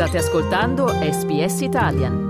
State ascoltando SBS Italian.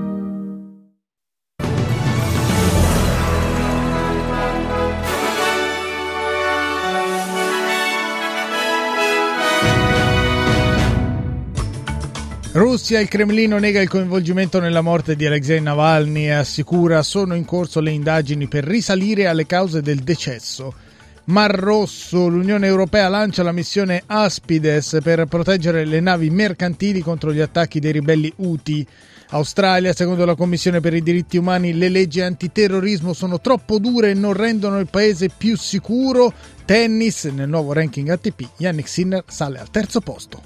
Russia, il Cremlino nega il coinvolgimento nella morte di Alexei Navalny e assicura sono in corso le indagini per risalire alle cause del decesso. Mar Rosso, l'Unione Europea lancia la missione Aspides per proteggere le navi mercantili contro gli attacchi dei ribelli Houthi. Australia, secondo la Commissione per i diritti umani, le leggi antiterrorismo sono troppo dure e non rendono il paese più sicuro. Tennis, nel nuovo ranking ATP, Jannik Sinner sale al terzo posto.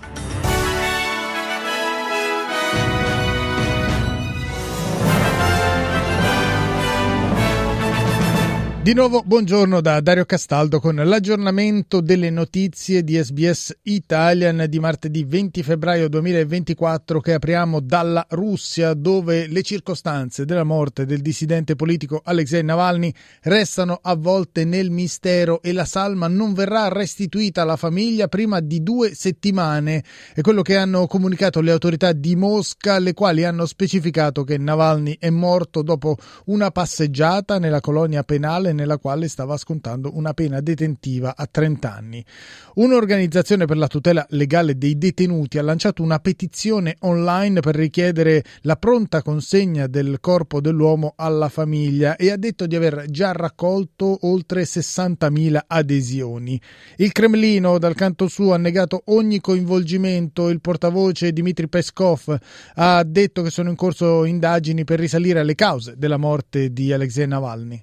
Di nuovo buongiorno da Dario Castaldo con l'aggiornamento delle notizie di SBS Italian di martedì 20 febbraio 2024 che apriamo dalla Russia, dove le circostanze della morte del dissidente politico Alexei Navalny restano avvolte nel mistero e la salma non verrà restituita alla famiglia prima di 2 settimane. È quello che hanno comunicato le autorità di Mosca, le quali hanno specificato che Navalny è morto dopo una passeggiata nella colonia penale nella quale stava scontando una pena detentiva a 30 anni. Un'organizzazione per la tutela legale dei detenuti ha lanciato una petizione online per richiedere la pronta consegna del corpo dell'uomo alla famiglia e ha detto di aver già raccolto oltre 60.000 adesioni. Il Cremlino, dal canto suo, ha negato ogni coinvolgimento. Il portavoce Dmitry Peskov ha detto che sono in corso indagini per risalire alle cause della morte di Alexei Navalny.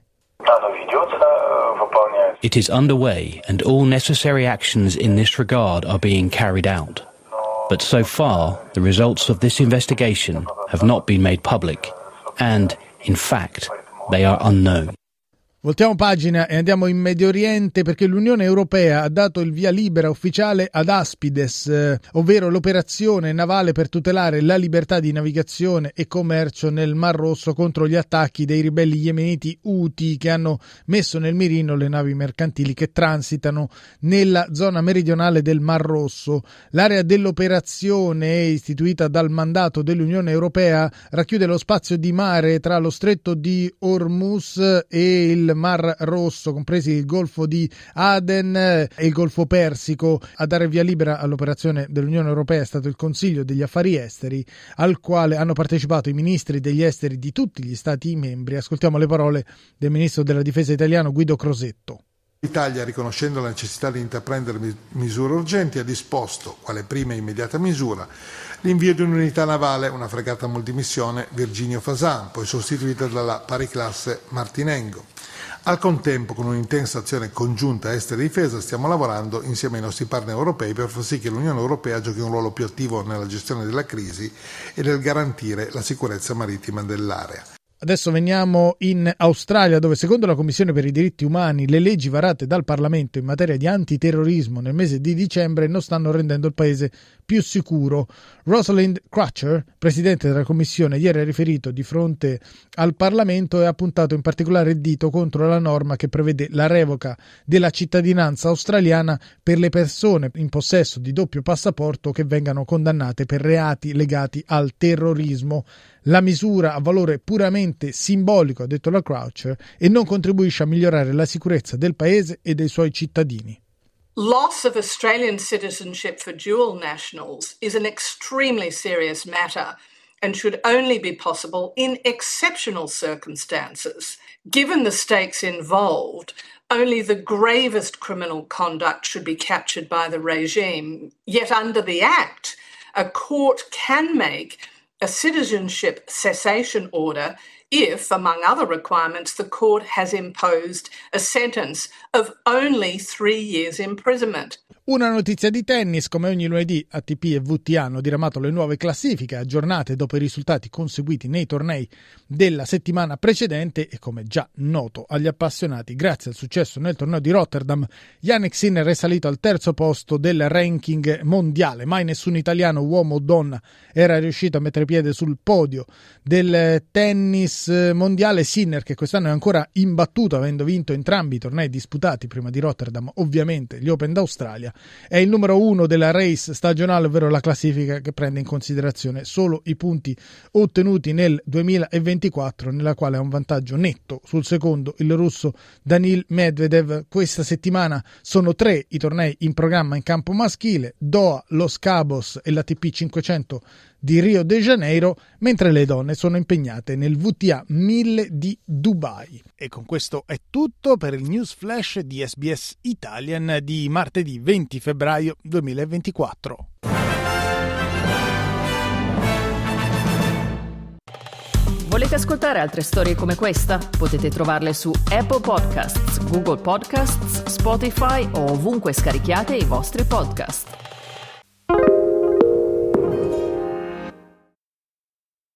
It is underway and all necessary actions in this regard are being carried out. But so far, the results of this investigation have not been made public and, in fact, they are unknown. Voltiamo pagina e andiamo in Medio Oriente perché l'Unione Europea ha dato il via libera ufficiale ad Aspides, ovvero l'operazione navale per tutelare la libertà di navigazione e commercio nel Mar Rosso contro gli attacchi dei ribelli yemeniti Houthi che hanno messo nel mirino le navi mercantili che transitano nella zona meridionale del Mar Rosso. L'area dell'operazione, istituita dal mandato dell'Unione Europea, racchiude lo spazio di mare tra lo stretto di Hormuz e il Mar Rosso, compresi il Golfo di Aden e il Golfo Persico. A dare via libera all'operazione dell'Unione Europea è stato il Consiglio degli Affari Esteri, al quale hanno partecipato i ministri degli esteri di tutti gli Stati membri. Ascoltiamo le parole del ministro della Difesa italiano Guido Crosetto. L'Italia, riconoscendo la necessità di intraprendere misure urgenti, ha disposto, quale prima e immediata misura, l'invio di un'unità navale, una fregata multimissione Virginio Fasan, poi sostituita dalla pari classe Martinengo. Al contempo, con un'intensa azione congiunta estera e difesa, stiamo lavorando insieme ai nostri partner europei per far sì che l'Unione Europea giochi un ruolo più attivo nella gestione della crisi e nel garantire la sicurezza marittima dell'area. Adesso veniamo in Australia, dove secondo la Commissione per i diritti umani le leggi varate dal Parlamento in materia di antiterrorismo nel mese di dicembre non stanno rendendo il paese più sicuro. Rosalind Crutcher, presidente della Commissione, ieri ha riferito di fronte al Parlamento e ha puntato in particolare il dito contro la norma che prevede la revoca della cittadinanza australiana per le persone in possesso di doppio passaporto che vengano condannate per reati legati al terrorismo. La misura ha valore puramente simbolico, ha detto la Croucher, e non contribuisce a migliorare la sicurezza del paese e dei suoi cittadini. Loss of Australian citizenship for dual nationals is an extremely serious matter and should only be possible in exceptional circumstances. Given the stakes involved, only the gravest criminal conduct should be captured by the regime. Yet under the Act, a court can make a citizenship cessation order if, among other requirements, the court has imposed a sentence of only 3 years imprisonment. Una notizia di tennis: come ogni lunedì ATP e WTA hanno diramato le nuove classifiche aggiornate dopo i risultati conseguiti nei tornei della settimana precedente e, come già noto agli appassionati, grazie al successo nel torneo di Rotterdam, Jannik Sinner è salito al terzo posto del ranking mondiale. Mai nessun italiano, uomo o donna, era riuscito a mettere piede sul podio del tennis mondiale. Sinner, che quest'anno è ancora imbattuto avendo vinto entrambi i tornei disputati prima di Rotterdam, ovviamente gli Open d'Australia, È il numero 1 della race stagionale, ovvero la classifica che prende in considerazione solo i punti ottenuti nel 2024, nella quale ha un vantaggio netto sul secondo, il russo Daniil Medvedev. Questa settimana sono 3 i tornei in programma in campo maschile: Doha, Los Cabos e l'ATP 500 di Rio de Janeiro, mentre le donne sono impegnate nel WTA 1000 di Dubai. E con questo è tutto per il News Flash di SBS Italian di martedì 20 febbraio 2024. Volete ascoltare altre storie come questa? Potete trovarle su Apple Podcasts, Google Podcasts, Spotify o ovunque scarichiate i vostri podcast.